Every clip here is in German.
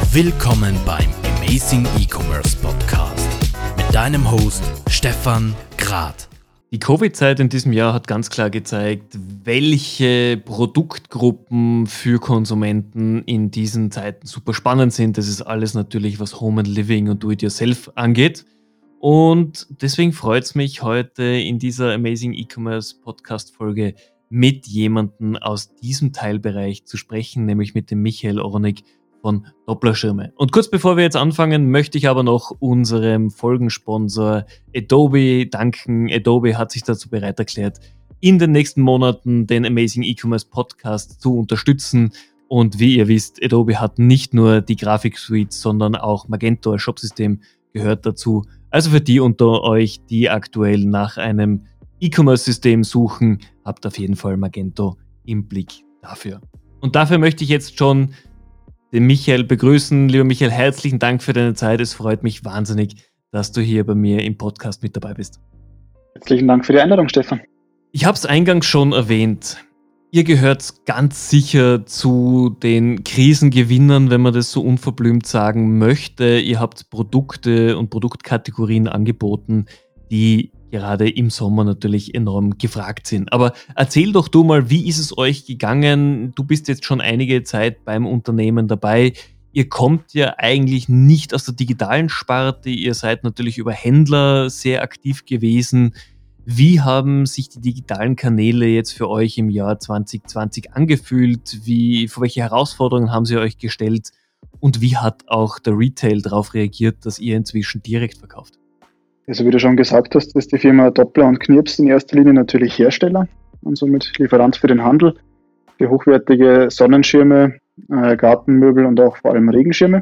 Willkommen beim Amazing E-Commerce Podcast mit deinem Host Stefan Grad. Die Covid-Zeit in diesem Jahr hat ganz klar gezeigt, welche Produktgruppen für Konsumenten in diesen Zeiten super spannend sind. Das ist alles natürlich, was Home and Living und Do-it-yourself angeht. Und deswegen freut es mich, heute in dieser Amazing E-Commerce Podcast-Folge mit jemandem aus diesem Teilbereich zu sprechen, nämlich mit dem Michael Ornig von Dopplerschirme. Und kurz bevor wir jetzt anfangen, möchte ich aber noch unserem Folgensponsor Adobe danken. Adobe hat sich dazu bereit erklärt, in den nächsten Monaten den Amazing E-Commerce Podcast zu unterstützen. Und wie ihr wisst, Adobe hat nicht nur die Grafik-Suite, sondern auch Magento als Shopsystem gehört dazu. Also für die unter euch, die aktuell nach einem E-Commerce-System suchen, habt auf jeden Fall Magento im Blick dafür. Und dafür möchte ich jetzt schon den Michael begrüßen. Lieber Michael, herzlichen Dank für deine Zeit. Es freut mich wahnsinnig, dass du hier bei mir im Podcast mit dabei bist. Herzlichen Dank für die Einladung, Stefan. Ich habe es eingangs schon erwähnt. Ihr gehört ganz sicher zu den Krisengewinnern, wenn man das so unverblümt sagen möchte. Ihr habt Produkte und Produktkategorien angeboten, die gerade im Sommer natürlich enorm gefragt sind. Aber erzähl doch du mal, wie ist es euch gegangen? Du bist jetzt schon einige Zeit beim Unternehmen dabei. Ihr kommt ja eigentlich nicht aus der digitalen Sparte. Ihr seid natürlich über Händler sehr aktiv gewesen. Wie haben sich die digitalen Kanäle jetzt für euch im Jahr 2020 angefühlt? Vor welche Herausforderungen haben sie euch gestellt? Und wie hat auch der Retail darauf reagiert, dass ihr inzwischen direkt verkauft? Also wie du schon gesagt hast, ist die Firma Doppler und Knirps in erster Linie natürlich Hersteller und somit Lieferant für den Handel, für hochwertige Sonnenschirme, Gartenmöbel und auch vor allem Regenschirme.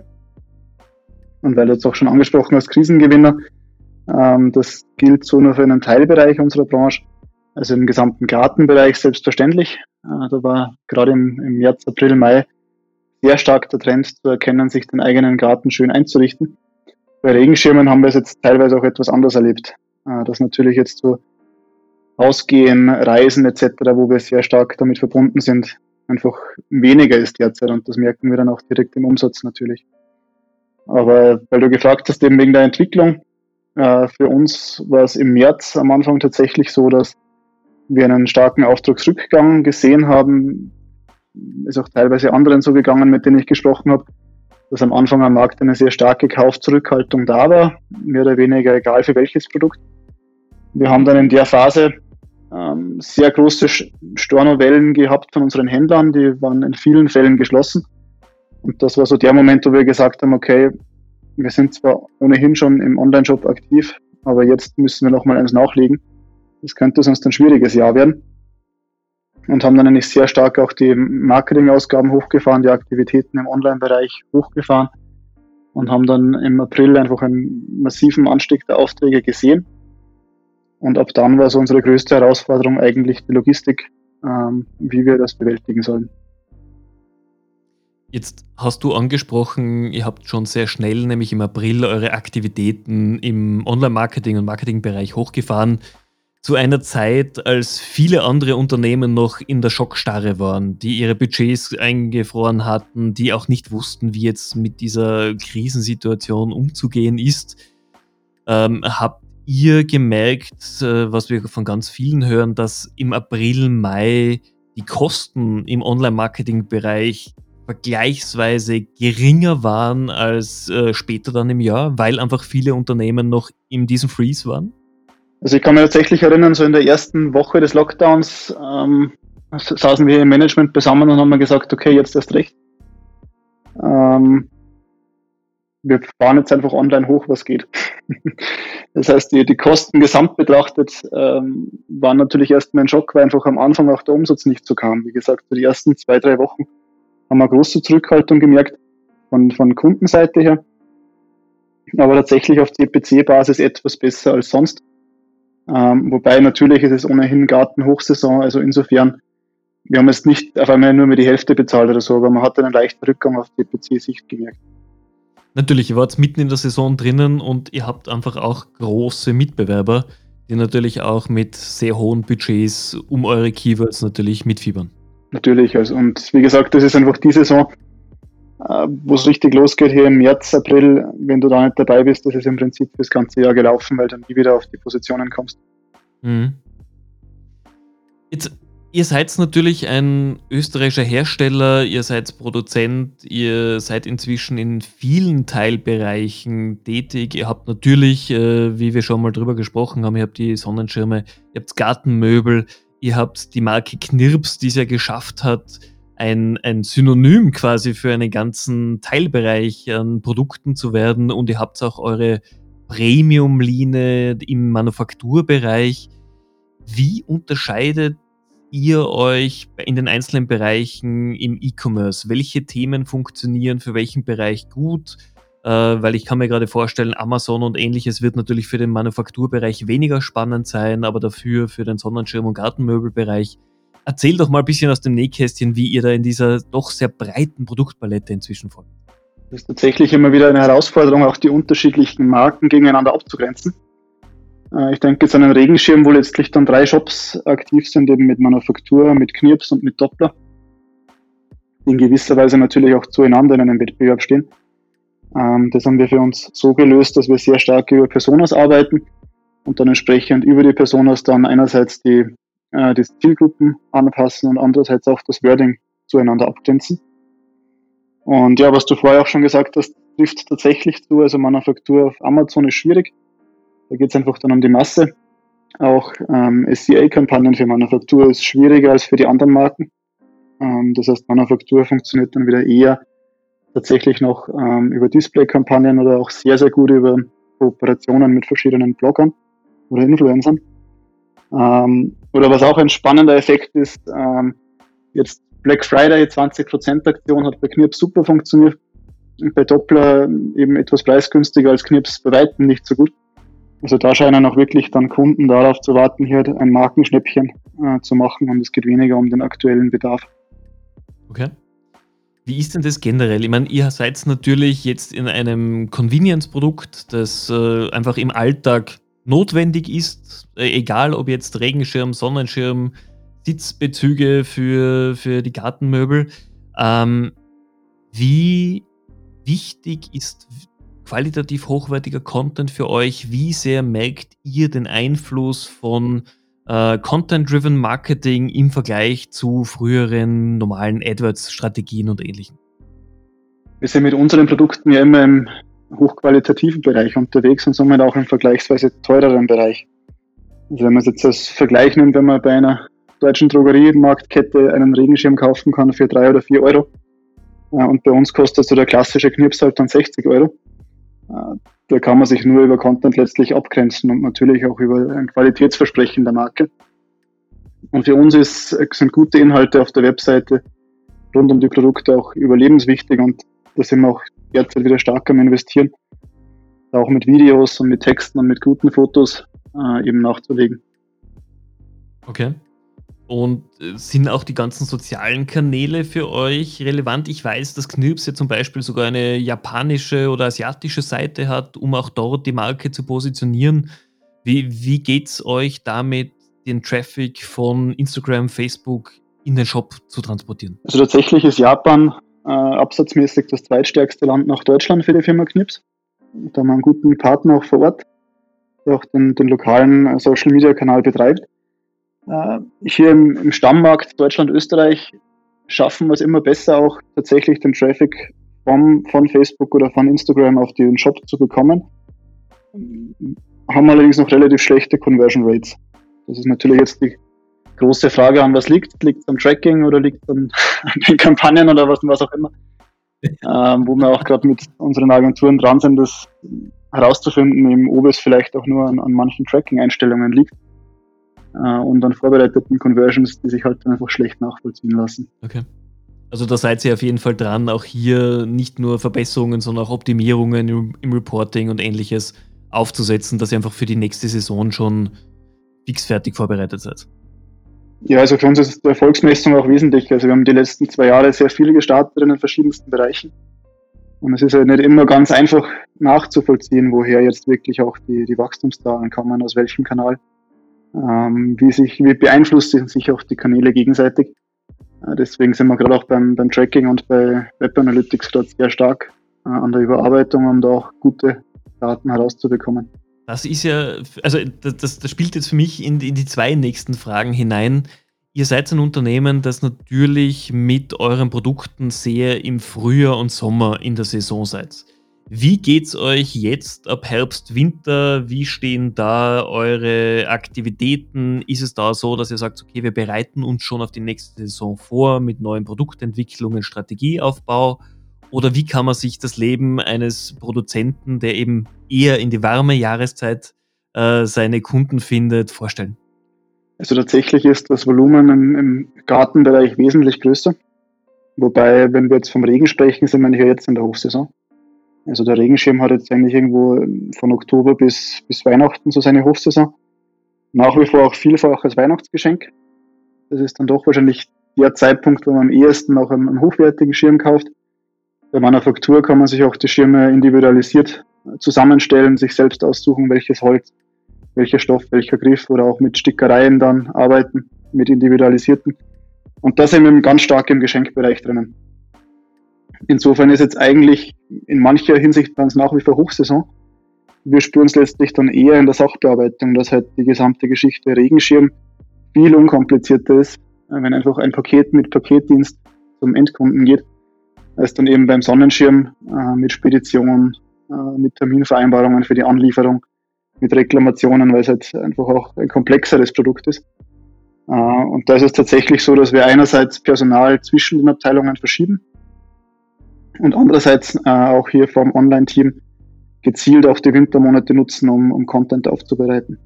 Und weil du jetzt auch schon angesprochen hast, Krisengewinner, das gilt so nur für einen Teilbereich unserer Branche, also im gesamten Gartenbereich selbstverständlich. Da war gerade im März, April, Mai sehr stark der Trend zu erkennen, sich den eigenen Garten schön einzurichten. Bei Regenschirmen haben wir es jetzt teilweise auch etwas anders erlebt. Dass natürlich jetzt so Ausgehen, Reisen etc., wo wir sehr stark damit verbunden sind, einfach weniger ist derzeit und das merken wir dann auch direkt im Umsatz natürlich. Aber weil du gefragt hast, eben wegen der Entwicklung, für uns war es im März am Anfang tatsächlich so, dass wir einen starken Auftragsrückgang gesehen haben. Ist auch teilweise anderen so gegangen, mit denen ich gesprochen habe, dass am Anfang am Markt eine sehr starke Kaufzurückhaltung da war, mehr oder weniger egal für welches Produkt. Wir haben dann in der Phase sehr große Stornowellen gehabt von unseren Händlern, die waren in vielen Fällen geschlossen. Und das war so der Moment, wo wir gesagt haben, okay, wir sind zwar ohnehin schon im Online-Shop aktiv, aber jetzt müssen wir nochmal eins nachlegen. Das könnte sonst ein schwieriges Jahr werden. Und haben dann eigentlich sehr stark auch die Marketingausgaben hochgefahren, die Aktivitäten im Online-Bereich hochgefahren und haben dann im April einfach einen massiven Anstieg der Aufträge gesehen. Und ab dann war so unsere größte Herausforderung eigentlich die Logistik, wie wir das bewältigen sollen. Jetzt hast du angesprochen, ihr habt schon sehr schnell, nämlich im April, eure Aktivitäten im Online-Marketing und Marketingbereich hochgefahren. Zu einer Zeit, als viele andere Unternehmen noch in der Schockstarre waren, die ihre Budgets eingefroren hatten, die auch nicht wussten, wie jetzt mit dieser Krisensituation umzugehen ist. Habt ihr gemerkt, was wir von ganz vielen hören, dass im April, Mai die Kosten im Online-Marketing-Bereich vergleichsweise geringer waren als später dann im Jahr, weil einfach viele Unternehmen noch in diesem Freeze waren? Also ich kann mich tatsächlich erinnern, so in der ersten Woche des Lockdowns saßen wir im Management beisammen und haben gesagt, okay, jetzt erst recht. Wir fahren jetzt einfach online hoch, was geht. Das heißt, die Kosten gesamt betrachtet waren natürlich erstmal ein Schock, weil einfach am Anfang auch der Umsatz nicht so kam. Wie gesagt, die ersten 2-3 Wochen haben wir große Zurückhaltung gemerkt von Kundenseite her. Aber tatsächlich auf CPC-Basis etwas besser als sonst. Wobei natürlich ist es ohnehin Gartenhochsaison, also insofern, wir haben jetzt nicht auf einmal nur mehr die Hälfte bezahlt oder so, aber man hat einen leichten Rückgang auf CPC-Sicht gemerkt. Natürlich, ihr wart mitten in der Saison drinnen und ihr habt einfach auch große Mitbewerber, die natürlich auch mit sehr hohen Budgets um eure Keywords natürlich mitfiebern. Natürlich, also und wie gesagt, das ist einfach die Saison, wo es richtig losgeht hier im März, April, wenn du da nicht dabei bist, das ist im Prinzip das ganze Jahr gelaufen, weil du nie wieder auf die Positionen kommst. Mhm. Jetzt, ihr seid natürlich ein österreichischer Hersteller, ihr seid Produzent, ihr seid inzwischen in vielen Teilbereichen tätig. Ihr habt natürlich, wie wir schon mal drüber gesprochen haben, ihr habt die Sonnenschirme, ihr habt Gartenmöbel, ihr habt die Marke Knirps, die es ja geschafft hat, ein Synonym quasi für einen ganzen Teilbereich an Produkten zu werden, und ihr habt auch eure Premium-Linie im Manufakturbereich. Wie unterscheidet ihr euch in den einzelnen Bereichen im E-Commerce? Welche Themen funktionieren für welchen Bereich gut? Weil ich kann mir gerade vorstellen, Amazon und Ähnliches wird natürlich für den Manufakturbereich weniger spannend sein, aber dafür für den Sonnenschirm- und Gartenmöbelbereich. Erzähl doch mal ein bisschen aus dem Nähkästchen, wie ihr da in dieser doch sehr breiten Produktpalette inzwischen vorgeht. Das ist tatsächlich immer wieder eine Herausforderung, auch die unterschiedlichen Marken gegeneinander abzugrenzen. Ich denke jetzt an einen Regenschirm, wo letztlich dann 3 Shops aktiv sind, eben mit Manufaktur, mit Knirps und mit Doppler, die in gewisser Weise natürlich auch zueinander in einem Wettbewerb stehen. Das haben wir für uns so gelöst, dass wir sehr stark über Personas arbeiten und dann entsprechend über die Personas dann einerseits die Zielgruppen anpassen und andererseits auch das Wording zueinander abgrenzen. Und ja, was du vorher auch schon gesagt hast, trifft tatsächlich zu. Also Manufaktur auf Amazon ist schwierig. Da geht es einfach dann um die Masse. Auch SEA-Kampagnen für Manufaktur ist schwieriger als für die anderen Marken. Das heißt, Manufaktur funktioniert dann wieder eher tatsächlich noch über Display-Kampagnen oder auch sehr, sehr gut über Kooperationen mit verschiedenen Bloggern oder Influencern. Oder was auch ein spannender Effekt ist, jetzt Black Friday 20% Aktion hat bei Knirps super funktioniert. Und bei Doppler eben etwas preisgünstiger als Knirps, bei weitem nicht so gut. Also da scheinen auch wirklich dann Kunden darauf zu warten, hier ein Markenschnäppchen zu machen, und es geht weniger um den aktuellen Bedarf. Okay. Wie ist denn das generell? Ich meine, ihr seid natürlich jetzt in einem Convenience-Produkt, das einfach im Alltag notwendig ist, egal ob jetzt Regenschirm, Sonnenschirm, Sitzbezüge für die Gartenmöbel. Wie wichtig ist qualitativ hochwertiger Content für euch? Wie sehr merkt ihr den Einfluss von Content-Driven Marketing im Vergleich zu früheren normalen AdWords-Strategien und Ähnlichem? Wir sind mit unseren Produkten ja immer im hochqualitativen Bereich unterwegs und somit auch im vergleichsweise teureren Bereich. Also wenn man es jetzt als Vergleich nimmt, wenn man bei einer deutschen Drogeriemarktkette einen Regenschirm kaufen kann für 3 oder 4 Euro und bei uns kostet so der klassische Knirps halt dann 60 Euro. Da kann man sich nur über Content letztlich abgrenzen und natürlich auch über ein Qualitätsversprechen der Marke. Und für uns sind gute Inhalte auf der Webseite rund um die Produkte auch überlebenswichtig, und da sind wir auch derzeit wieder stark am Investieren, auch mit Videos und mit Texten und mit guten Fotos eben nachzulegen. Okay. Und sind auch die ganzen sozialen Kanäle für euch relevant? Ich weiß, dass Knirps ja zum Beispiel sogar eine japanische oder asiatische Seite hat, um auch dort die Marke zu positionieren. Wie geht es euch damit, den Traffic von Instagram, Facebook in den Shop zu transportieren? Also tatsächlich ist Japan absatzmäßig das zweitstärkste Land nach Deutschland für die Firma Knirps. Da haben wir einen guten Partner auch vor Ort, der auch den lokalen Social-Media-Kanal betreibt. Hier im Stammmarkt Deutschland, Österreich schaffen wir es immer besser, auch tatsächlich den Traffic von Facebook oder von Instagram auf den Shop zu bekommen. Haben allerdings noch relativ schlechte Conversion Rates. Das ist natürlich jetzt die große Frage, an was liegt. Liegt es am Tracking oder liegt es an den Kampagnen oder was auch immer? Wo wir auch gerade mit unseren Agenturen dran sind, das herauszufinden, ob es vielleicht auch nur an manchen Tracking-Einstellungen liegt. Und an vorbereiteten Conversions, die sich halt einfach schlecht nachvollziehen lassen. Okay. Also da seid ihr auf jeden Fall dran, auch hier nicht nur Verbesserungen, sondern auch Optimierungen im Reporting und Ähnliches aufzusetzen, dass ihr einfach für die nächste Saison schon fixfertig vorbereitet seid. Ja, also für uns ist die Erfolgsmessung auch wesentlich. Also wir haben die letzten 2 Jahre sehr viel gestartet in den verschiedensten Bereichen. Und es ist ja nicht immer ganz einfach nachzuvollziehen, woher jetzt wirklich auch die Wachstumszahlen kommen, aus welchem Kanal. Wie beeinflusst sich auch die Kanäle gegenseitig. Deswegen sind wir gerade auch beim Tracking und bei Web Analytics gerade sehr stark an der Überarbeitung, um da auch gute Daten herauszubekommen. Das ist ja, also das spielt jetzt für mich in die zwei nächsten Fragen hinein. Ihr seid ein Unternehmen, das natürlich mit euren Produkten sehr im Frühjahr und Sommer in der Saison seid. Wie geht's euch jetzt ab Herbst, Winter? Wie stehen da eure Aktivitäten? Ist es da so, dass ihr sagt, okay, wir bereiten uns schon auf die nächste Saison vor mit neuen Produktentwicklungen, Strategieaufbau? Oder wie kann man sich das Leben eines Produzenten, der eben eher in die warme Jahreszeit seine Kunden findet, vorstellen? Also tatsächlich ist das Volumen im Gartenbereich wesentlich größer. Wobei, wenn wir jetzt vom Regen sprechen, sind wir nicht jetzt in der Hochsaison. Also der Regenschirm hat jetzt eigentlich irgendwo von Oktober bis Weihnachten so seine Hochsaison. Nach wie vor auch vielfach als Weihnachtsgeschenk. Das ist dann doch wahrscheinlich der Zeitpunkt, wo man am ehesten noch einen hochwertigen Schirm kauft. Bei Manufaktur kann man sich auch die Schirme individualisiert zusammenstellen, sich selbst aussuchen, welches Holz, welcher Stoff, welcher Griff oder auch mit Stickereien dann arbeiten, mit individualisierten. Und da sind wir ganz stark im Geschenkbereich drinnen. Insofern ist jetzt eigentlich in mancher Hinsicht bei uns nach wie vor Hochsaison. Wir spüren es letztlich dann eher in der Sachbearbeitung, dass halt die gesamte Geschichte Regenschirm viel unkomplizierter ist, wenn einfach ein Paket mit Paketdienst zum Endkunden geht, als dann eben beim Sonnenschirm mit Spedition, mit Terminvereinbarungen für die Anlieferung, mit Reklamationen, weil es halt einfach auch ein komplexeres Produkt ist. Und da ist es tatsächlich so, dass wir einerseits Personal zwischen den Abteilungen verschieben und andererseits auch hier vom Online-Team gezielt auch die Wintermonate nutzen, um Content aufzubereiten.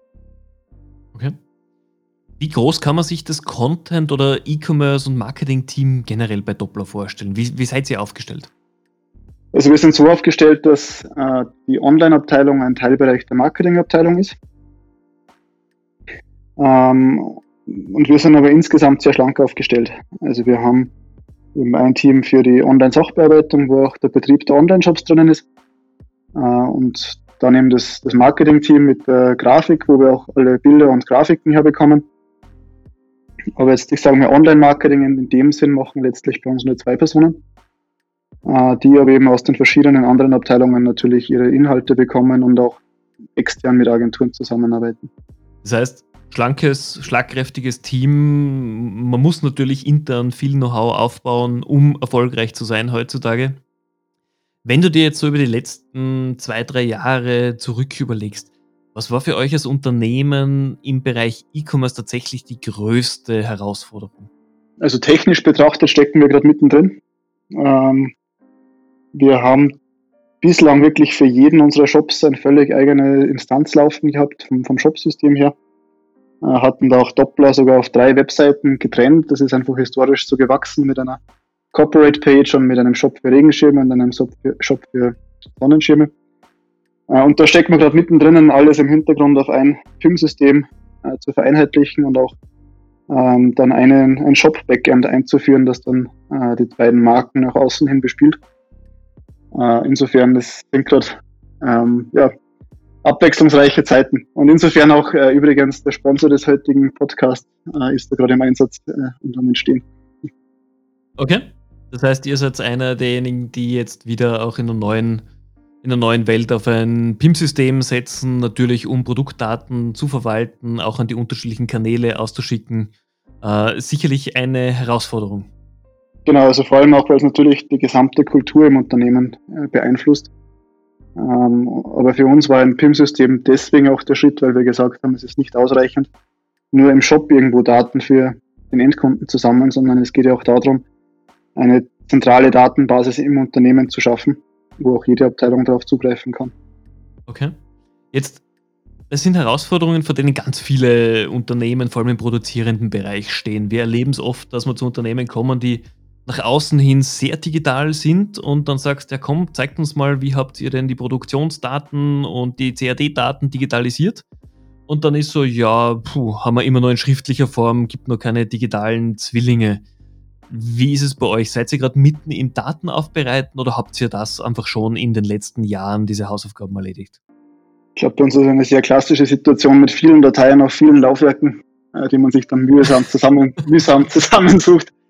Okay. Wie groß kann man sich das Content- oder E-Commerce- und Marketing-Team generell bei Doppler vorstellen? Wie seid ihr aufgestellt? Also wir sind so aufgestellt, dass die Online-Abteilung ein Teilbereich der Marketing-Abteilung ist. Und wir sind aber insgesamt sehr schlank aufgestellt. Also wir haben eben ein Team für die Online-Sachbearbeitung, wo auch der Betrieb der Online-Shops drinnen ist. Und dann eben das Marketing-Team mit der Grafik, wo wir auch alle Bilder und Grafiken herbekommen. Aber jetzt, ich sage mal, Online-Marketing in dem Sinn machen letztlich bei uns nur 2 Personen, die aber eben aus den verschiedenen anderen Abteilungen natürlich ihre Inhalte bekommen und auch extern mit Agenturen zusammenarbeiten. Das heißt, schlankes, schlagkräftiges Team. Man muss natürlich intern viel Know-how aufbauen, um erfolgreich zu sein heutzutage. Wenn du dir jetzt so über die letzten 2-3 Jahre zurück überlegst, was war für euch als Unternehmen im Bereich E-Commerce tatsächlich die größte Herausforderung? Also technisch betrachtet stecken wir gerade mittendrin. Wir haben bislang wirklich für jeden unserer Shops eine völlig eigene Instanz laufen gehabt, vom Shopsystem her. Hatten da auch Doppler sogar auf 3 Webseiten getrennt. Das ist einfach historisch so gewachsen mit einer Corporate-Page und mit einem Shop für Regenschirme und einem Shop für Sonnenschirme. Und da steckt man gerade mittendrin, alles im Hintergrund auf ein PIM-System zu vereinheitlichen und auch dann ein Shop-Backend einzuführen, das dann die beiden Marken nach außen hin bespielt. Insofern, das sind gerade abwechslungsreiche Zeiten. Und insofern auch übrigens der Sponsor des heutigen Podcasts ist da gerade im Einsatz und am Entstehen. Okay. Das heißt, ihr seid einer derjenigen, die jetzt wieder auch in der neuen Welt auf ein PIM-System setzen, natürlich um Produktdaten zu verwalten, auch an die unterschiedlichen Kanäle auszuschicken. Sicherlich eine Herausforderung. Genau, also vor allem auch, weil es natürlich die gesamte Kultur im Unternehmen beeinflusst. Aber für uns war ein PIM-System deswegen auch der Schritt, weil wir gesagt haben, es ist nicht ausreichend, nur im Shop irgendwo Daten für den Endkunden zu sammeln, sondern es geht ja auch darum, eine zentrale Datenbasis im Unternehmen zu schaffen, wo auch jede Abteilung darauf zugreifen kann. Okay. Jetzt, das sind Herausforderungen, vor denen ganz viele Unternehmen, vor allem im produzierenden Bereich, stehen. Wir erleben es oft, dass wir zu Unternehmen kommen, die nach außen hin sehr digital sind und dann sagst, ja komm, zeigt uns mal, wie habt ihr denn die Produktionsdaten und die CAD-Daten digitalisiert? Und dann ist so, ja, haben wir immer nur in schriftlicher Form, gibt noch keine digitalen Zwillinge. Wie ist es bei euch? Seid ihr gerade mitten im Datenaufbereiten oder habt ihr das einfach schon in den letzten Jahren, diese Hausaufgaben erledigt? Ich glaube, bei uns ist es eine sehr klassische Situation mit vielen Dateien auf vielen Laufwerken, die man sich dann mühsam zusammensucht.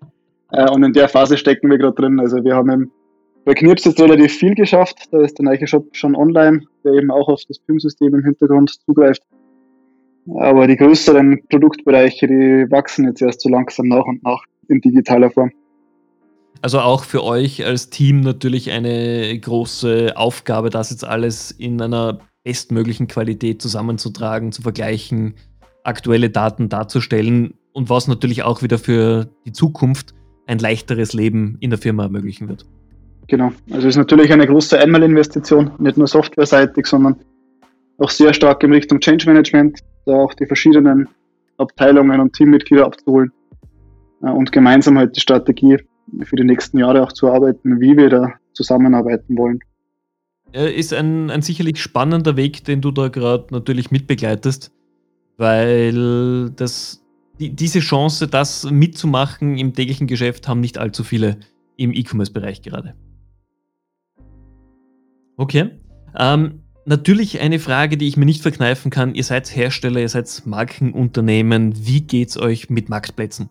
Und in der Phase stecken wir gerade drin. Also wir haben bei Knirps jetzt relativ viel geschafft. Da ist der neue Shop schon online, der eben auch auf das PIM-System im Hintergrund zugreift. Aber die größeren Produktbereiche, die wachsen jetzt erst so langsam nach und nach in digitaler Form. Also auch für euch als Team natürlich eine große Aufgabe, das jetzt alles in einer bestmöglichen Qualität zusammenzutragen, zu vergleichen, aktuelle Daten darzustellen und was natürlich auch wieder für die Zukunft ein leichteres Leben in der Firma ermöglichen wird. Genau, also es ist natürlich eine große Einmalinvestition, nicht nur softwareseitig, sondern auch sehr stark in Richtung Change Management, da auch die verschiedenen Abteilungen und Teammitglieder abzuholen und gemeinsam halt die Strategie für die nächsten Jahre auch zu erarbeiten, wie wir da zusammenarbeiten wollen. Ist ein sicherlich spannender Weg, den du da gerade natürlich mitbegleitest, weil diese Chance, das mitzumachen im täglichen Geschäft, haben nicht allzu viele im E-Commerce-Bereich gerade. Okay. Natürlich eine Frage, die ich mir nicht verkneifen kann. Ihr seid Hersteller, ihr seid Markenunternehmen. Wie geht's euch mit Marktplätzen?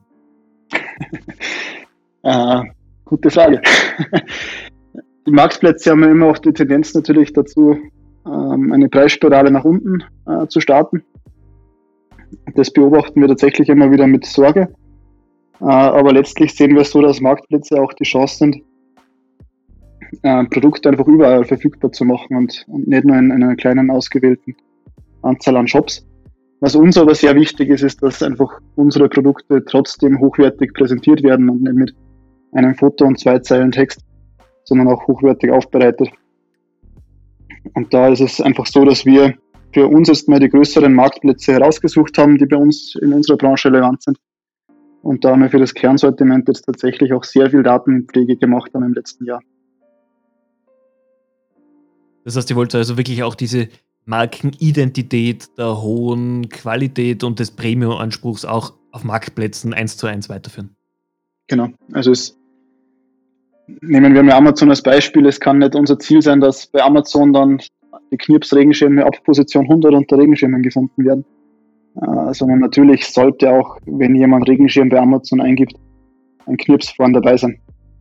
Gute Frage. Die Marktplätze haben ja immer auch die Tendenz natürlich dazu, eine Preisspirale nach unten zu starten. Das beobachten wir tatsächlich immer wieder mit Sorge. Aber letztlich sehen wir es so, dass Marktplätze auch die Chance sind, Produkte einfach überall verfügbar zu machen und nicht nur in einer kleinen ausgewählten Anzahl an Shops. Was uns aber sehr wichtig ist, ist, dass einfach unsere Produkte trotzdem hochwertig präsentiert werden und nicht mit einem Foto und 2 Zeilen Text, sondern auch hochwertig aufbereitet. Und da ist es einfach so, dass wir für uns erstmal die größeren Marktplätze herausgesucht haben, die bei uns in unserer Branche relevant sind. Und da haben wir für das Kernsortiment jetzt tatsächlich auch sehr viel Datenpflege gemacht haben im letzten Jahr. Das heißt, ihr wollt also wirklich auch diese Markenidentität der hohen Qualität und des Premium-Anspruchs auch auf Marktplätzen 1:1 weiterführen. Genau, also nehmen wir mal Amazon als Beispiel. Es kann nicht unser Ziel sein, dass bei Amazon dann die Knirps-Regenschirme ab Position 100 unter Regenschirmen gefunden werden. Sondern natürlich sollte auch, wenn jemand Regenschirm bei Amazon eingibt, ein Knirps vorne dabei sein.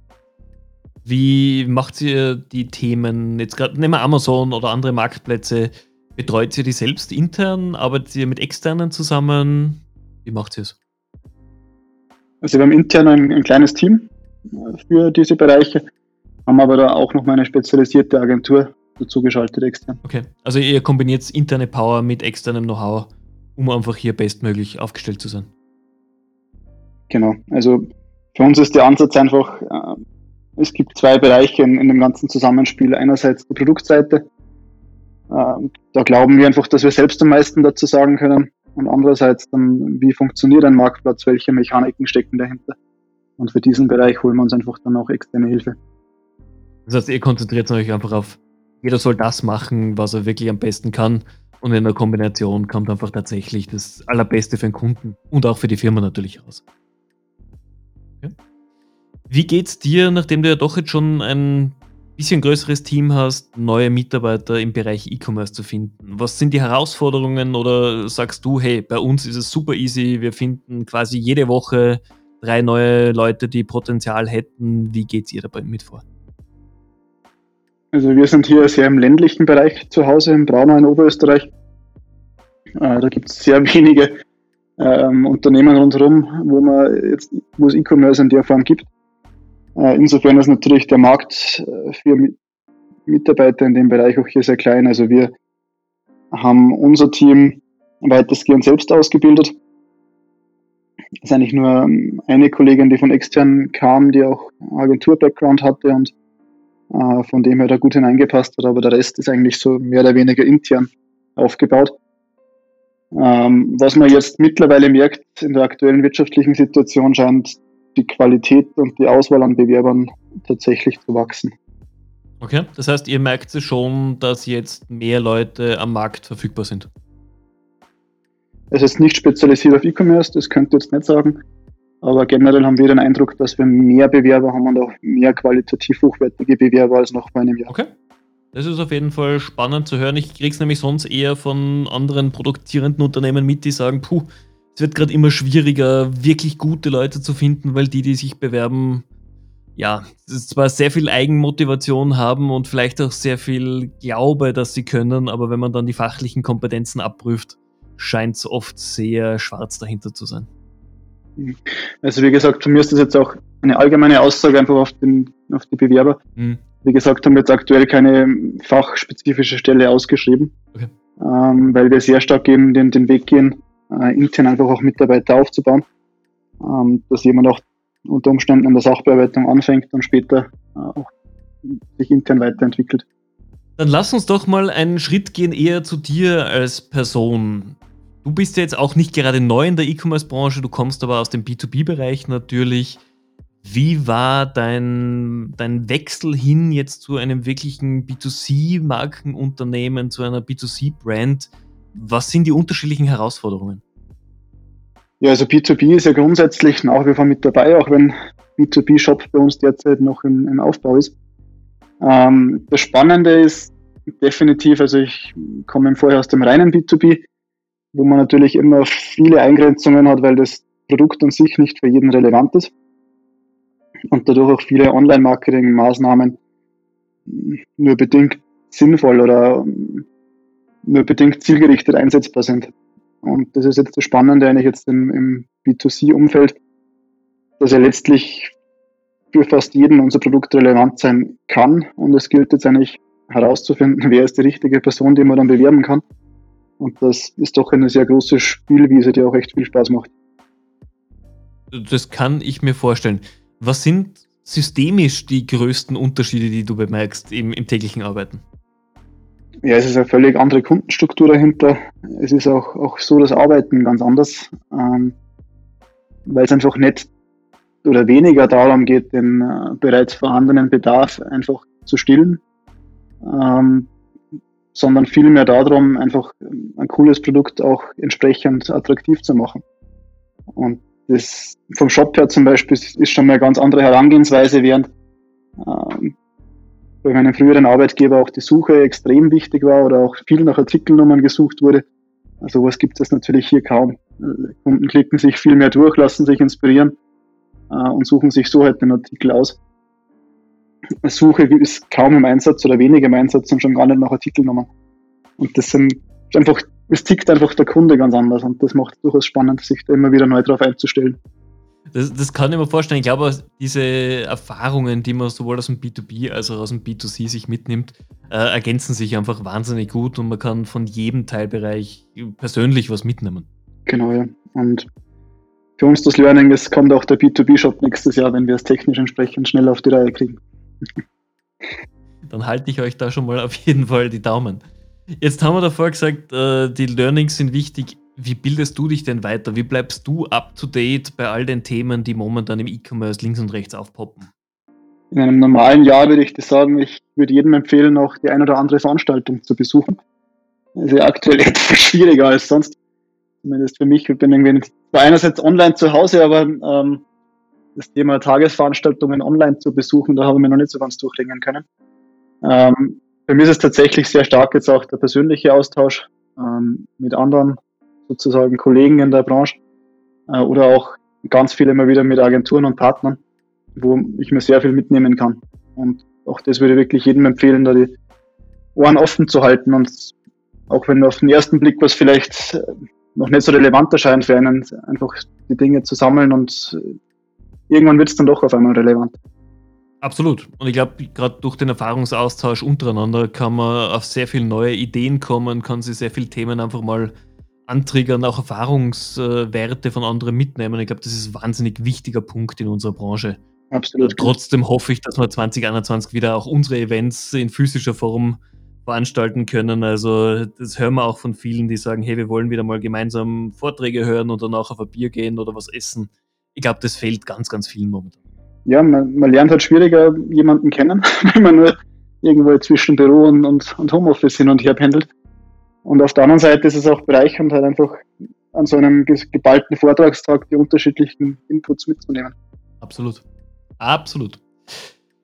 Wie macht ihr die Themen, jetzt gerade nehmen wir Amazon oder andere Marktplätze, betreut ihr die selbst intern, arbeitet ihr mit externen zusammen? Wie macht ihr es? Also wir haben intern ein kleines Team für diese Bereiche, haben aber da auch noch mal eine spezialisierte Agentur dazu geschaltet extern. Okay, also ihr kombiniert interne Power mit externem Know-how, um einfach hier bestmöglich aufgestellt zu sein. Genau, also für uns ist der Ansatz einfach, es gibt 2 Bereiche in dem ganzen Zusammenspiel. Einerseits die Produktseite, da glauben wir einfach, dass wir selbst am meisten dazu sagen können. Und andererseits dann, wie funktioniert ein Marktplatz, welche Mechaniken stecken dahinter. Und für diesen Bereich holen wir uns einfach dann auch externe Hilfe. Das heißt, ihr konzentriert euch einfach auf, jeder soll das machen, was er wirklich am besten kann. Und in der Kombination kommt einfach tatsächlich das Allerbeste für den Kunden und auch für die Firma natürlich raus. Okay. Wie geht's dir, nachdem du ja doch jetzt schon ein bisschen größeres Team hast, neue Mitarbeiter im Bereich E-Commerce zu finden? Was sind die Herausforderungen oder sagst du, hey, bei uns ist es super easy, wir finden quasi jede Woche 3 neue Leute, die Potenzial hätten. Wie geht's ihr dabei mit vor? Also wir sind hier sehr im ländlichen Bereich zu Hause, im Braunau in Oberösterreich. Da gibt es sehr wenige Unternehmen rundherum, wo es E-Commerce in der Form gibt. Insofern ist natürlich der Markt für Mitarbeiter in dem Bereich auch hier sehr klein. Also wir haben unser Team weitestgehend selbst ausgebildet. Es ist eigentlich nur eine Kollegin, die von extern kam, die auch Agentur-Background hatte und von dem her da gut hineingepasst hat, aber der Rest ist eigentlich so mehr oder weniger intern aufgebaut. Was man jetzt mittlerweile merkt in der aktuellen wirtschaftlichen Situation, scheint die Qualität und die Auswahl an Bewerbern tatsächlich zu wachsen. Okay, das heißt, ihr merkt es schon, dass jetzt mehr Leute am Markt verfügbar sind. Es ist nicht spezialisiert auf E-Commerce, das könnt ihr jetzt nicht sagen, aber generell haben wir den Eindruck, dass wir mehr Bewerber haben und auch mehr qualitativ hochwertige Bewerber als noch vor einem Jahr. Okay, das ist auf jeden Fall spannend zu hören. Ich kriege es nämlich sonst eher von anderen produzierenden Unternehmen mit, die sagen, es wird gerade immer schwieriger, wirklich gute Leute zu finden, weil die sich bewerben, ja, zwar sehr viel Eigenmotivation haben und vielleicht auch sehr viel Glaube, dass sie können, aber wenn man dann die fachlichen Kompetenzen abprüft, scheint es oft sehr schwarz dahinter zu sein. Also wie gesagt, von mir ist das jetzt auch eine allgemeine Aussage einfach auf die Bewerber. Wie gesagt, haben wir jetzt aktuell keine fachspezifische Stelle ausgeschrieben, Okay. Weil wir sehr stark eben den Weg gehen, intern einfach auch Mitarbeiter aufzubauen, dass jemand auch unter Umständen in der Sachbearbeitung anfängt und später auch sich intern weiterentwickelt. Dann lass uns doch mal einen Schritt gehen eher zu dir als Person. Du bist ja jetzt auch nicht gerade neu in der E-Commerce-Branche, du kommst aber aus dem B2B-Bereich natürlich. Wie war dein Wechsel hin jetzt zu einem wirklichen B2C-Markenunternehmen, zu einer B2C-Brand? Was sind die unterschiedlichen Herausforderungen? Ja, also B2B ist ja grundsätzlich nach wie vor mit dabei, auch wenn B2B-Shop bei uns derzeit noch im Aufbau ist. Das Spannende ist definitiv, also ich komme vorher aus dem reinen B2B, wo man natürlich immer viele Eingrenzungen hat, weil das Produkt an sich nicht für jeden relevant ist und dadurch auch viele Online-Marketing-Maßnahmen nur bedingt sinnvoll oder nur bedingt zielgerichtet einsetzbar sind. Und das ist jetzt das Spannende eigentlich jetzt im B2C-Umfeld, dass ja letztlich für fast jeden unser Produkt relevant sein kann. Und es gilt jetzt eigentlich herauszufinden, wer ist die richtige Person, die man dann bewerben kann. Und das ist doch eine sehr große Spielwiese, die auch echt viel Spaß macht. Das kann ich mir vorstellen. Was sind systemisch die größten Unterschiede, die du bemerkst im täglichen Arbeiten? Ja, es ist eine völlig andere Kundenstruktur dahinter. Es ist auch so das Arbeiten ganz anders, weil es einfach nicht oder weniger darum geht, den bereits vorhandenen Bedarf einfach zu stillen, sondern vielmehr darum, einfach ein cooles Produkt auch entsprechend attraktiv zu machen. Und das vom Shop her zum Beispiel ist schon mal eine ganz andere Herangehensweise, während bei meinem früheren Arbeitgeber auch die Suche extrem wichtig war oder auch viel nach Artikelnummern gesucht wurde. Also was gibt es natürlich hier kaum. Kunden klicken sich viel mehr durch, lassen sich inspirieren und suchen sich so halt den Artikel aus. Suche ist kaum im Einsatz oder wenig im Einsatz und schon gar nicht nach Artikelnummern. Und es tickt einfach der Kunde ganz anders und das macht es durchaus spannend, sich da immer wieder neu drauf einzustellen. Das kann ich mir vorstellen. Ich glaube, diese Erfahrungen, die man sowohl aus dem B2B als auch aus dem B2C sich mitnimmt, ergänzen sich einfach wahnsinnig gut und man kann von jedem Teilbereich persönlich was mitnehmen. Genau, ja. Und für uns das Learning, es kommt auch der B2B-Shop nächstes Jahr, wenn wir es technisch entsprechend schnell auf die Reihe kriegen. Dann halte ich euch da schon mal auf jeden Fall die Daumen. Jetzt haben wir davor gesagt, die Learnings sind wichtig. Wie bildest du dich denn weiter? Wie bleibst du up to date bei all den Themen, die momentan im E-Commerce links und rechts aufpoppen? In einem normalen Jahr würde ich das sagen, ich würde jedem empfehlen, auch die ein oder andere Veranstaltung zu besuchen. Das ist ja aktuell etwas schwieriger als sonst. Zumindest für mich. Ich bin irgendwie zwar einerseits online zu Hause, aber das Thema Tagesveranstaltungen online zu besuchen, da habe ich mir noch nicht so ganz durchringen können. Für mich ist es tatsächlich sehr stark jetzt auch der persönliche Austausch mit anderen sozusagen Kollegen in der Branche oder auch ganz viel immer wieder mit Agenturen und Partnern, wo ich mir sehr viel mitnehmen kann. Und auch das würde ich wirklich jedem empfehlen, da die Ohren offen zu halten und auch wenn auf den ersten Blick was vielleicht noch nicht so relevant erscheint für einen, einfach die Dinge zu sammeln und irgendwann wird es dann doch auf einmal relevant. Absolut. Und ich glaube, gerade durch den Erfahrungsaustausch untereinander kann man auf sehr viele neue Ideen kommen, kann sich sehr viele Themen einfach mal antriggern, auch Erfahrungswerte von anderen mitnehmen. Ich glaube, das ist ein wahnsinnig wichtiger Punkt in unserer Branche. Absolut. Trotzdem hoffe ich, dass wir 2021 wieder auch unsere Events in physischer Form veranstalten können. Also das hören wir auch von vielen, die sagen, hey, wir wollen wieder mal gemeinsam Vorträge hören und danach auf ein Bier gehen oder was essen. Ich glaube, das fehlt ganz, ganz vielen momentan. Ja, man lernt halt schwieriger jemanden kennen, wenn man nur irgendwo zwischen Büro und Homeoffice hin und her pendelt. Und auf der anderen Seite ist es auch bereichernd, halt einfach an so einem geballten Vortragstag die unterschiedlichen Inputs mitzunehmen. Absolut. Absolut.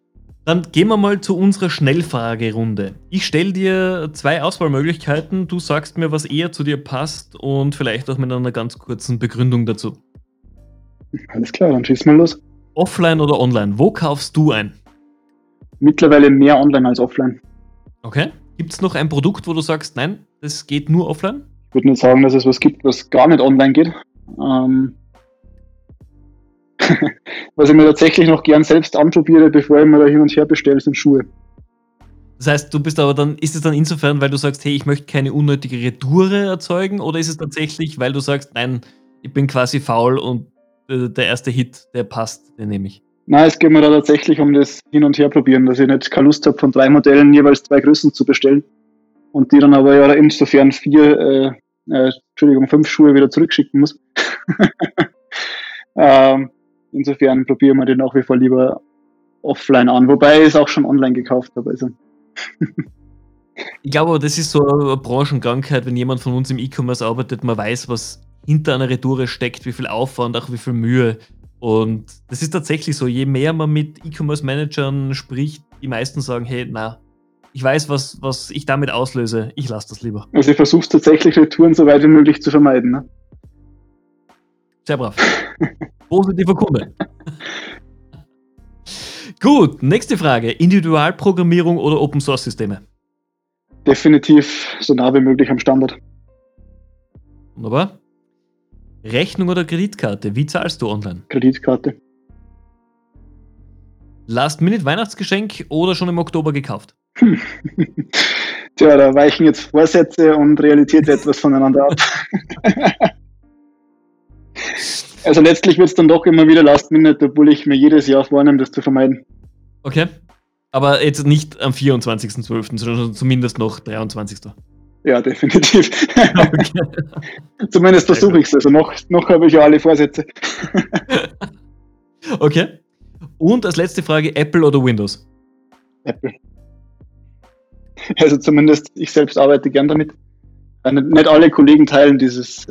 Dann gehen wir mal zu unserer Schnellfragerunde. Ich stelle dir 2 Auswahlmöglichkeiten. Du sagst mir, was eher zu dir passt und vielleicht auch mit einer ganz kurzen Begründung dazu. Alles klar, dann schieß mal los. Offline oder online? Wo kaufst du ein? Mittlerweile mehr online als offline. Okay. Gibt es noch ein Produkt, wo du sagst, nein, das geht nur offline? Ich würde nicht sagen, dass es was gibt, was gar nicht online geht. Was ich mir tatsächlich noch gern selbst anprobiere, bevor ich mir da hin und her bestelle, sind Schuhe. Das heißt, du bist aber dann, ist es dann insofern, weil du sagst, hey, ich möchte keine unnötige Retoure erzeugen, oder ist es tatsächlich, weil du sagst, nein, ich bin quasi faul und der erste Hit, der passt, den nehme ich? Nein, es geht mir da tatsächlich um das Hin- und Herprobieren, dass ich nicht keine Lust habe, von 3 Modellen jeweils 2 Größen zu bestellen und die dann aber ja insofern 5 Schuhe wieder zurückschicken muss. Insofern probieren wir den nach wie vor lieber offline an, wobei ich es auch schon online gekauft habe. Also. Ich glaube, das ist so eine Branchenkrankheit, wenn jemand von uns im E-Commerce arbeitet, man weiß, was hinter einer Retoure steckt, wie viel Aufwand, auch wie viel Mühe. Und das ist tatsächlich so, je mehr man mit E-Commerce-Managern spricht, die meisten sagen, hey, na, ich weiß, was ich damit auslöse, ich lasse das lieber. Also ich versuche tatsächlich, Retouren so weit wie möglich zu vermeiden. Ne? Sehr brav. Positiver Kunde. Gut, nächste Frage. Individualprogrammierung oder Open-Source-Systeme? Definitiv so nah wie möglich am Standard. Wunderbar. Rechnung oder Kreditkarte? Wie zahlst du online? Kreditkarte. Last-Minute-Weihnachtsgeschenk oder schon im Oktober gekauft? Tja, da weichen jetzt Vorsätze und Realität etwas voneinander ab. Also letztlich wird es dann doch immer wieder Last-Minute, obwohl ich mir jedes Jahr vornehme, das zu vermeiden. Okay. Aber jetzt nicht am 24.12., sondern zumindest noch 23. Ja, definitiv. Okay. Zumindest versuche ich es. Also noch habe ich ja alle Vorsätze. Okay. Und als letzte Frage, Apple oder Windows? Apple. Also zumindest ich selbst arbeite gern damit. Nicht alle Kollegen teilen diese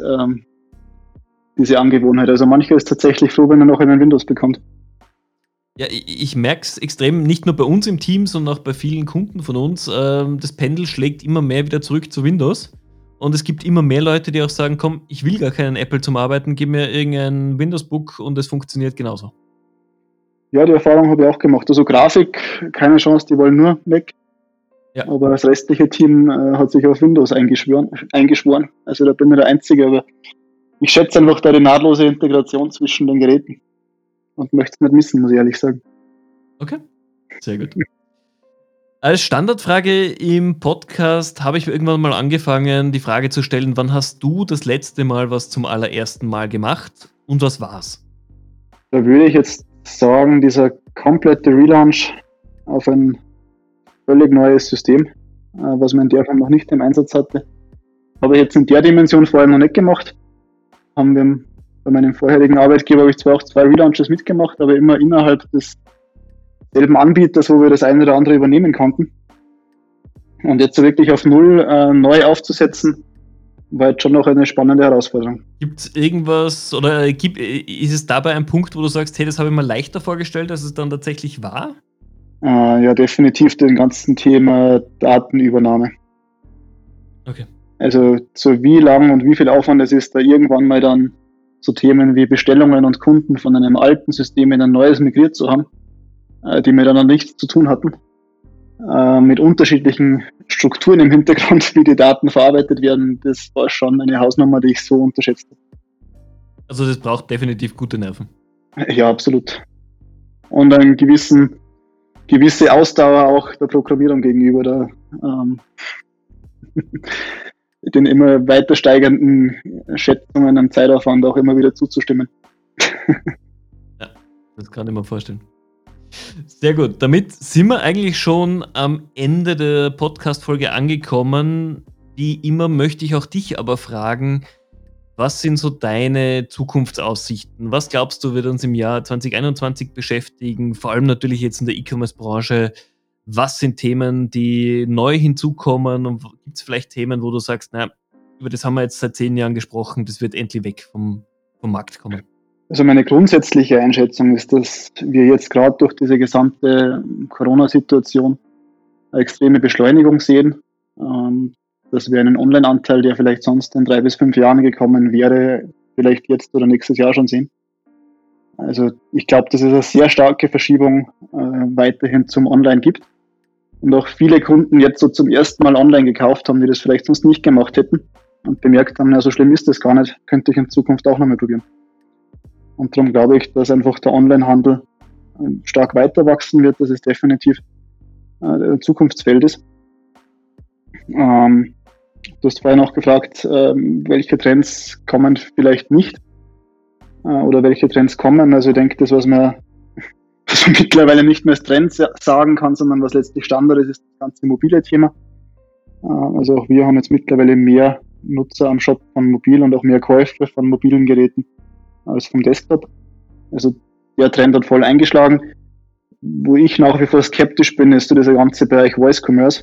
Angewohnheit. Also mancher ist tatsächlich froh, wenn er noch einen Windows bekommt. Ja, ich merke es extrem, nicht nur bei uns im Team, sondern auch bei vielen Kunden von uns. Das Pendel schlägt immer mehr wieder zurück zu Windows. Und es gibt immer mehr Leute, die auch sagen, komm, ich will gar keinen Apple zum Arbeiten, gib mir irgendein Windows-Book und es funktioniert genauso. Ja, die Erfahrung habe ich auch gemacht. Also Grafik, keine Chance, die wollen nur weg. Ja. Aber das restliche Team hat sich auf Windows eingeschworen. Also da bin ich der Einzige, aber ich schätze einfach da die nahtlose Integration zwischen den Geräten und möchte es nicht missen, muss ich ehrlich sagen. Okay, sehr gut. Als Standardfrage im Podcast habe ich irgendwann mal angefangen, die Frage zu stellen, wann hast du das letzte Mal was zum allerersten Mal gemacht und was war's? Da würde ich jetzt sagen, dieser komplette Relaunch auf ein völlig neues System, was man in der Form noch nicht im Einsatz hatte. Habe ich jetzt in der Dimension vorher noch nicht gemacht. Haben wir bei meinem vorherigen Arbeitgeber habe ich zwar auch 2 Relaunches mitgemacht, aber immer innerhalb des selben Anbieters, wo wir das eine oder andere übernehmen konnten. Und jetzt wirklich auf Null neu aufzusetzen, war jetzt schon noch eine spannende Herausforderung. Gibt es irgendwas oder ist es dabei ein Punkt, wo du sagst, hey, das habe ich mir leichter vorgestellt, als es dann tatsächlich war? Ja, definitiv den ganzen Thema Datenübernahme. Okay. Also so wie lang und wie viel Aufwand es ist, da irgendwann mal dann so Themen wie Bestellungen und Kunden von einem alten System in ein neues migriert zu haben, die mir dann noch nichts zu tun hatten, mit unterschiedlichen Strukturen im Hintergrund, wie die Daten verarbeitet werden, das war schon eine Hausnummer, die ich so unterschätzt habe. Also das braucht definitiv gute Nerven. Ja, absolut. Und eine gewisse Ausdauer auch der Programmierung gegenüber, den immer weiter steigenden Schätzungen an Zeitaufwand auch immer wieder zuzustimmen. Ja, das kann ich mir vorstellen. Sehr gut. Damit sind wir eigentlich schon am Ende der Podcast-Folge angekommen. Wie immer möchte ich auch dich aber fragen, was sind so deine Zukunftsaussichten? Was glaubst du, wird uns im Jahr 2021 beschäftigen? Vor allem natürlich jetzt in der E-Commerce-Branche. Was sind Themen, die neu hinzukommen? Und gibt es vielleicht Themen, wo du sagst, na, über das haben wir jetzt seit 10 Jahren gesprochen, das wird endlich weg vom Markt kommen? Also meine grundsätzliche Einschätzung ist, dass wir jetzt gerade durch diese gesamte Corona-Situation eine extreme Beschleunigung sehen, dass wir einen Online-Anteil, der vielleicht sonst in 3 bis 5 Jahren gekommen wäre, vielleicht jetzt oder nächstes Jahr schon sehen. Also ich glaube, dass es eine sehr starke Verschiebung weiterhin zum Online gibt und auch viele Kunden jetzt so zum ersten Mal online gekauft haben, die das vielleicht sonst nicht gemacht hätten und bemerkt haben, ja, so schlimm ist das gar nicht, könnte ich in Zukunft auch nochmal probieren. Und darum glaube ich, dass einfach der Onlinehandel stark weiter wachsen wird, dass es definitiv ein Zukunftsfeld ist. Du hast vorhin auch gefragt, welche Trends kommen vielleicht nicht oder welche Trends kommen. Also ich denke, das, was man mittlerweile nicht mehr als Trend sagen kann, sondern was letztlich Standard ist, ist das ganze mobile Thema. Also auch wir haben jetzt mittlerweile mehr Nutzer am Shop von mobil und auch mehr Käufe von mobilen Geräten als vom Desktop. Also der Trend hat voll eingeschlagen. Wo ich nach wie vor skeptisch bin, ist so dieser ganze Bereich Voice Commerce,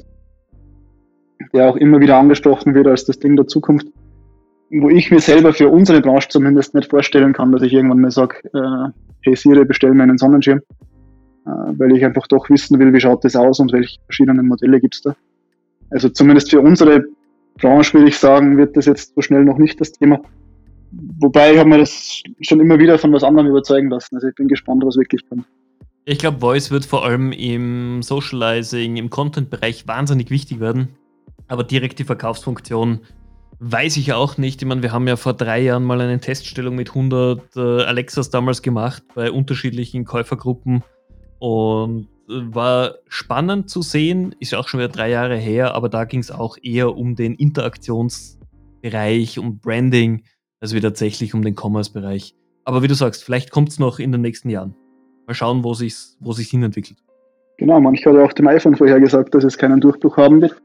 der auch immer wieder angesprochen wird als das Ding der Zukunft, wo ich mir selber für unsere Branche zumindest nicht vorstellen kann, dass ich irgendwann mal sage, hey Siri, bestell mir einen Sonnenschirm, weil ich einfach doch wissen will, wie schaut das aus und welche verschiedenen Modelle gibt es da. Also zumindest für unsere Branche würde ich sagen, wird das jetzt so schnell noch nicht das Thema. Wobei ich habe mir das schon immer wieder von was anderem überzeugen lassen. Also ich bin gespannt, was wirklich kommt. Ich glaube, Voice wird vor allem im Socializing, im Content-Bereich wahnsinnig wichtig werden. Aber direkt die Verkaufsfunktion weiß ich auch nicht. Ich meine, wir haben ja vor 3 Jahren mal eine Teststellung mit 100 Alexas damals gemacht bei unterschiedlichen Käufergruppen und war spannend zu sehen. Ist ja auch schon wieder 3 Jahre her, aber da ging es auch eher um den Interaktionsbereich, um Branding, als wie tatsächlich um den Commerce-Bereich. Aber wie du sagst, vielleicht kommt es noch in den nächsten Jahren. Mal schauen, wo sich's hinentwickelt. Genau, manche hat ja auch dem iPhone vorher gesagt, dass es keinen Durchbruch haben wird.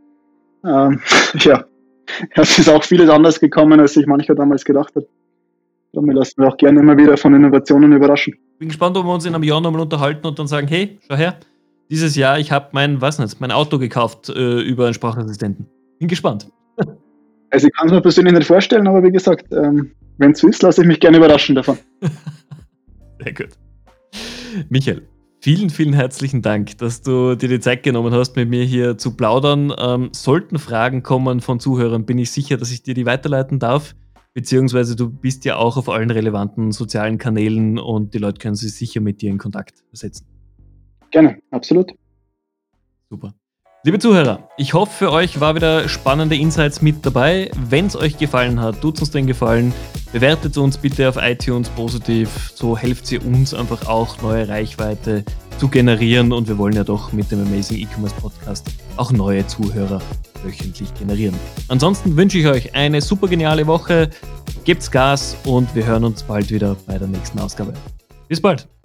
Ja, es ist auch vieles anders gekommen, als sich mancher damals gedacht hat. Damit lassen wir auch gerne immer wieder von Innovationen überraschen. Bin gespannt, ob wir uns in einem Jahr nochmal unterhalten und dann sagen, hey, schau her, dieses Jahr, ich habe mein Auto gekauft über einen Sprachassistenten. Bin gespannt. Also ich kann es mir persönlich nicht vorstellen, aber wie gesagt, wenn es so ist, lasse ich mich gerne überraschen davon. Sehr gut. Michael, vielen, vielen herzlichen Dank, dass du dir die Zeit genommen hast, mit mir hier zu plaudern. Sollten Fragen kommen von Zuhörern, bin ich sicher, dass ich dir die weiterleiten darf. Beziehungsweise du bist ja auch auf allen relevanten sozialen Kanälen und die Leute können sich sicher mit dir in Kontakt setzen. Gerne, absolut. Super. Liebe Zuhörer, ich hoffe, für euch war wieder spannende Insights mit dabei. Wenn es euch gefallen hat, tut uns den Gefallen. Bewertet uns bitte auf iTunes positiv. So helft ihr uns einfach auch, neue Reichweite zu generieren. Und wir wollen ja doch mit dem Amazing E-Commerce Podcast auch neue Zuhörer wöchentlich generieren. Ansonsten wünsche ich euch eine super geniale Woche. Gebt's Gas und wir hören uns bald wieder bei der nächsten Ausgabe. Bis bald!